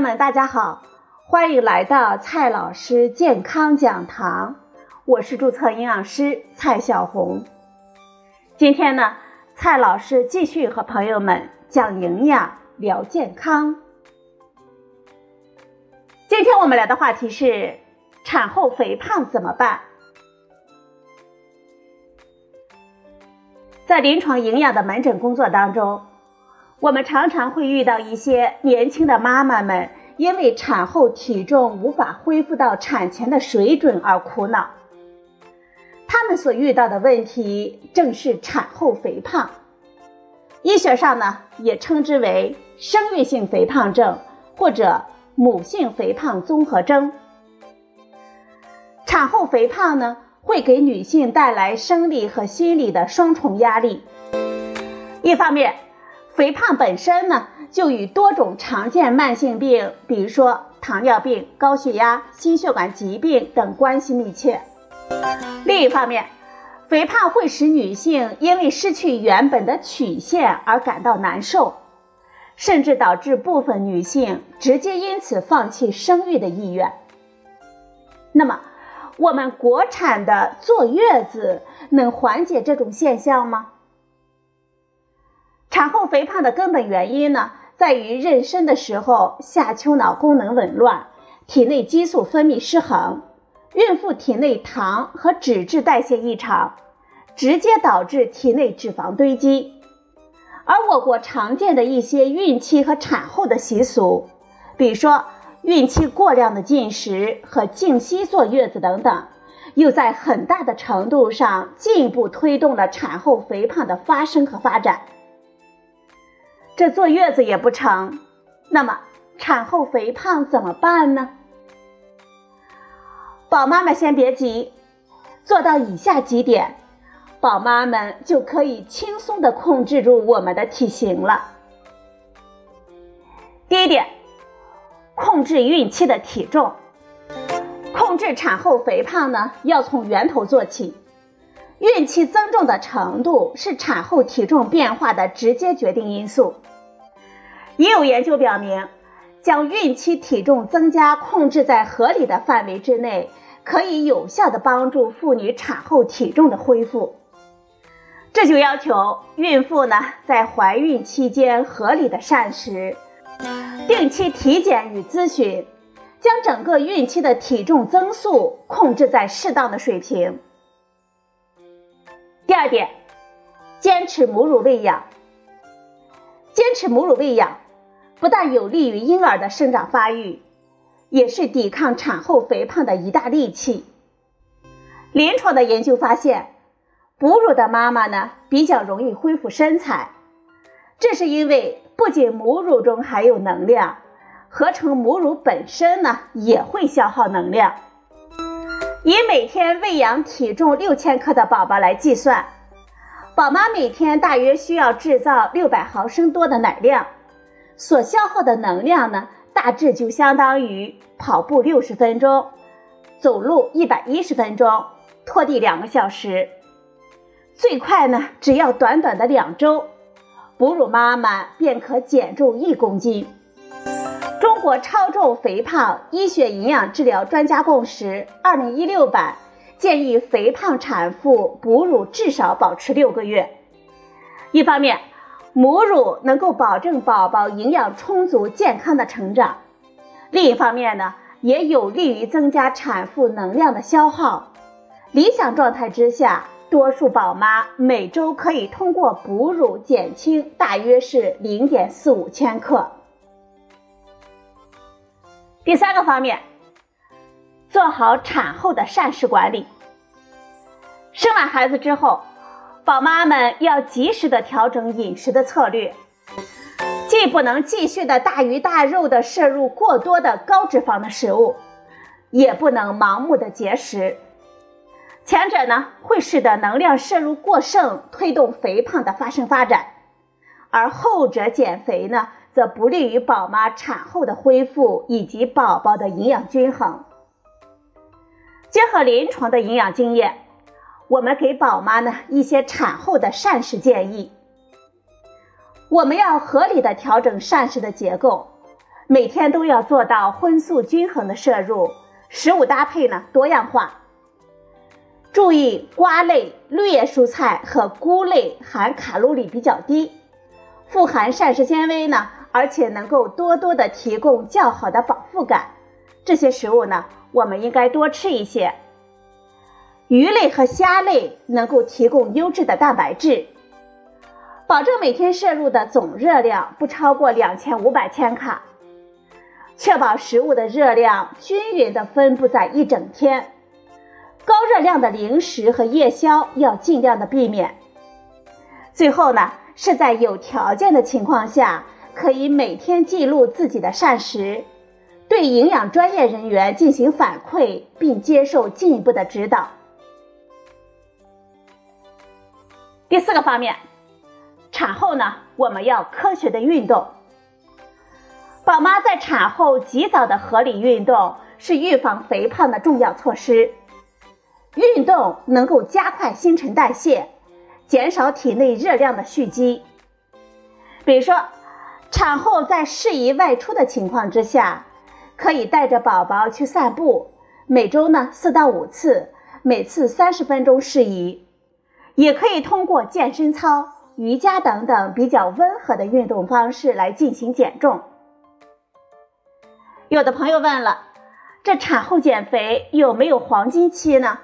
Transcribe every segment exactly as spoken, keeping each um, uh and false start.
们大家好，欢迎来到蔡老师健康讲堂，我是注册营养师蔡小红。今天呢，蔡老师继续和朋友们讲营养聊健康。今天我们聊的话题是产后肥胖怎么办？在临床营养的门诊工作当中，我们常常会遇到一些年轻的妈妈们因为产后体重无法恢复到产前的水准而苦恼。她们所遇到的问题正是产后肥胖，医学上呢也称之为生育性肥胖症或者母性肥胖综合征。产后肥胖呢会给女性带来生理和心理的双重压力。一方面，肥胖本身呢就与多种常见慢性病，比如说糖尿病、高血压、心血管疾病等关系密切。另一方面，肥胖会使女性因为失去原本的曲线而感到难受，甚至导致部分女性直接因此放弃生育的意愿。那么我们国产的坐月子能缓解这种现象吗？产后肥胖的根本原因呢，在于妊娠的时候下丘脑功能紊乱，体内激素分泌失衡，孕妇体内糖和脂质代谢异常，直接导致体内脂肪堆积。而我国常见的一些孕期和产后的习俗，比如说孕期过量的进食和静息坐月子等等，又在很大的程度上进一步推动了产后肥胖的发生和发展。这坐月子也不成，那么产后肥胖怎么办呢？宝妈们先别急，做到以下几点，宝妈们就可以轻松地控制住我们的体型了。第一点，控制孕期的体重。控制产后肥胖呢，要从源头做起。孕期增重的程度是产后体重变化的直接决定因素。也有研究表明，将孕期体重增加控制在合理的范围之内，可以有效地帮助妇女产后体重的恢复。这就要求孕妇呢，在怀孕期间合理的膳食，定期体检与咨询，将整个孕期的体重增速控制在适当的水平。第二点，坚持母乳喂养。坚持母乳喂养不但有利于婴儿的生长发育，也是抵抗产后肥胖的一大利器。临床的研究发现，哺乳的妈妈呢比较容易恢复身材，这是因为不仅母乳中含有能量，合成母乳本身呢也会消耗能量。以每天喂养体重六千克的宝宝来计算，宝妈每天大约需要制造六百毫升多的奶量，所消耗的能量呢大致就相当于跑步六十分钟，走路一百一十分钟，拖地两个小时。最快呢只要短短的两周，哺乳妈妈便可减重一公斤。中国超重肥胖医学营养治疗专家共识二零一六版建议肥胖产妇哺乳至少保持六个月。一方面，母乳能够保证宝宝营养充足健康的成长，另一方面呢，也有利于增加产妇能量的消耗。理想状态之下，多数宝妈每周可以通过哺乳减轻大约是 零点四五千克。第三个方面，做好产后的膳食管理。生完孩子之后，宝妈们要及时的调整饮食的策略，既不能继续的大鱼大肉的摄入过多的高脂肪的食物，也不能盲目的节食。前者呢会使得能量摄入过剩，推动肥胖的发生发展，而后者减肥呢则不利于宝妈产后的恢复以及宝宝的营养均衡。结合临床的营养经验，我们给宝妈呢一些产后的膳食建议。我们要合理的调整膳食的结构， 每天都要做到荤素均衡的摄入，食物搭配呢多样化。注意瓜类、绿叶蔬菜和菇类含卡路里比较低，富含膳食纤维呢，而且能够多多的提供较好的饱腹感。这些食物呢，我们应该多吃一些。鱼类和虾类能够提供优质的蛋白质，保证每天摄入的总热量不超过两千五百千卡，确保食物的热量均匀地分布在一整天。高热量的零食和夜宵要尽量的避免。最后呢，是在有条件的情况下，可以每天记录自己的膳食，对营养专业人员进行反馈，并接受进一步的指导。第四个方面，产后呢，我们要科学的运动。宝妈在产后及早的合理运动是预防肥胖的重要措施。运动能够加快新陈代谢，减少体内热量的蓄积。比如说，产后在适宜外出的情况之下，可以带着宝宝去散步，每周呢四到五次，每次三十分钟适宜。也可以通过健身操、瑜伽等等比较温和的运动方式来进行减重。有的朋友问了，这产后减肥有没有黄金期呢？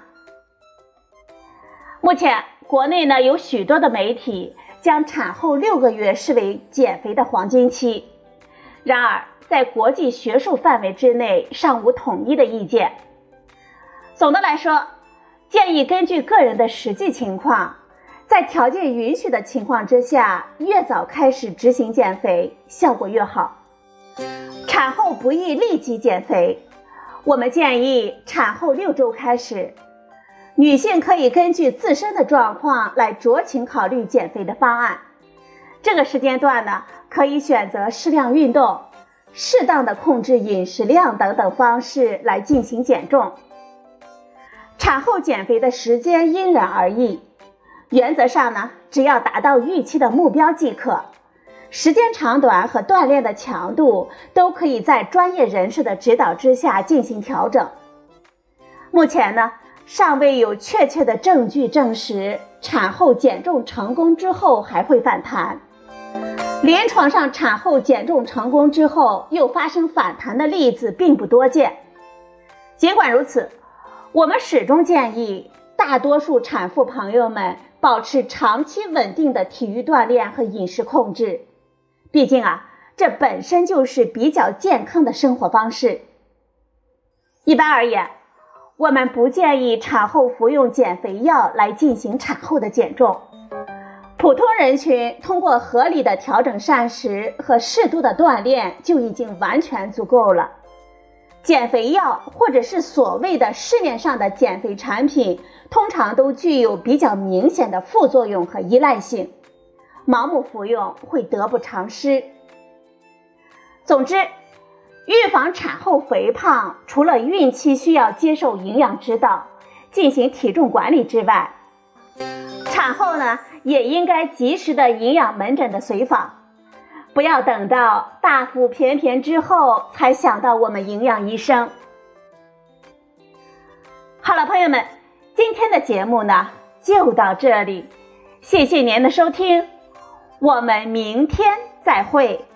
目前国内呢有许多的媒体将产后六个月视为减肥的黄金期，然而在国际学术范围之内尚无统一的意见。总的来说，建议根据个人的实际情况，在条件允许的情况之下，越早开始执行减肥，效果越好。产后不宜立即减肥，我们建议产后六周开始。女性可以根据自身的状况来酌情考虑减肥的方案。这个时间段呢，可以选择适量运动、适当的控制饮食量等等方式来进行减重。产后减肥的时间因人而异，原则上呢，只要达到预期的目标即可。时间长短和锻炼的强度都可以在专业人士的指导之下进行调整。目前呢，尚未有确切的证据证实产后减重成功之后还会反弹。临床上产后减重成功之后又发生反弹的例子并不多见。尽管如此，我们始终建议大多数产妇朋友们保持长期稳定的体育锻炼和饮食控制。毕竟啊，这本身就是比较健康的生活方式。一般而言，我们不建议产后服用减肥药来进行产后的减重。普通人群通过合理的调整膳食和适度的锻炼就已经完全足够了。减肥药或者是所谓的市面上的减肥产品，通常都具有比较明显的副作用和依赖性，盲目服用会得不偿失。总之，预防产后肥胖，除了孕期需要接受营养指导，进行体重管理之外，产后呢，也应该及时的营养门诊的随访，不要等到大腹便便之后才想到我们营养医生。好了，朋友们，今天的节目呢就到这里，谢谢您的收听，我们明天再会。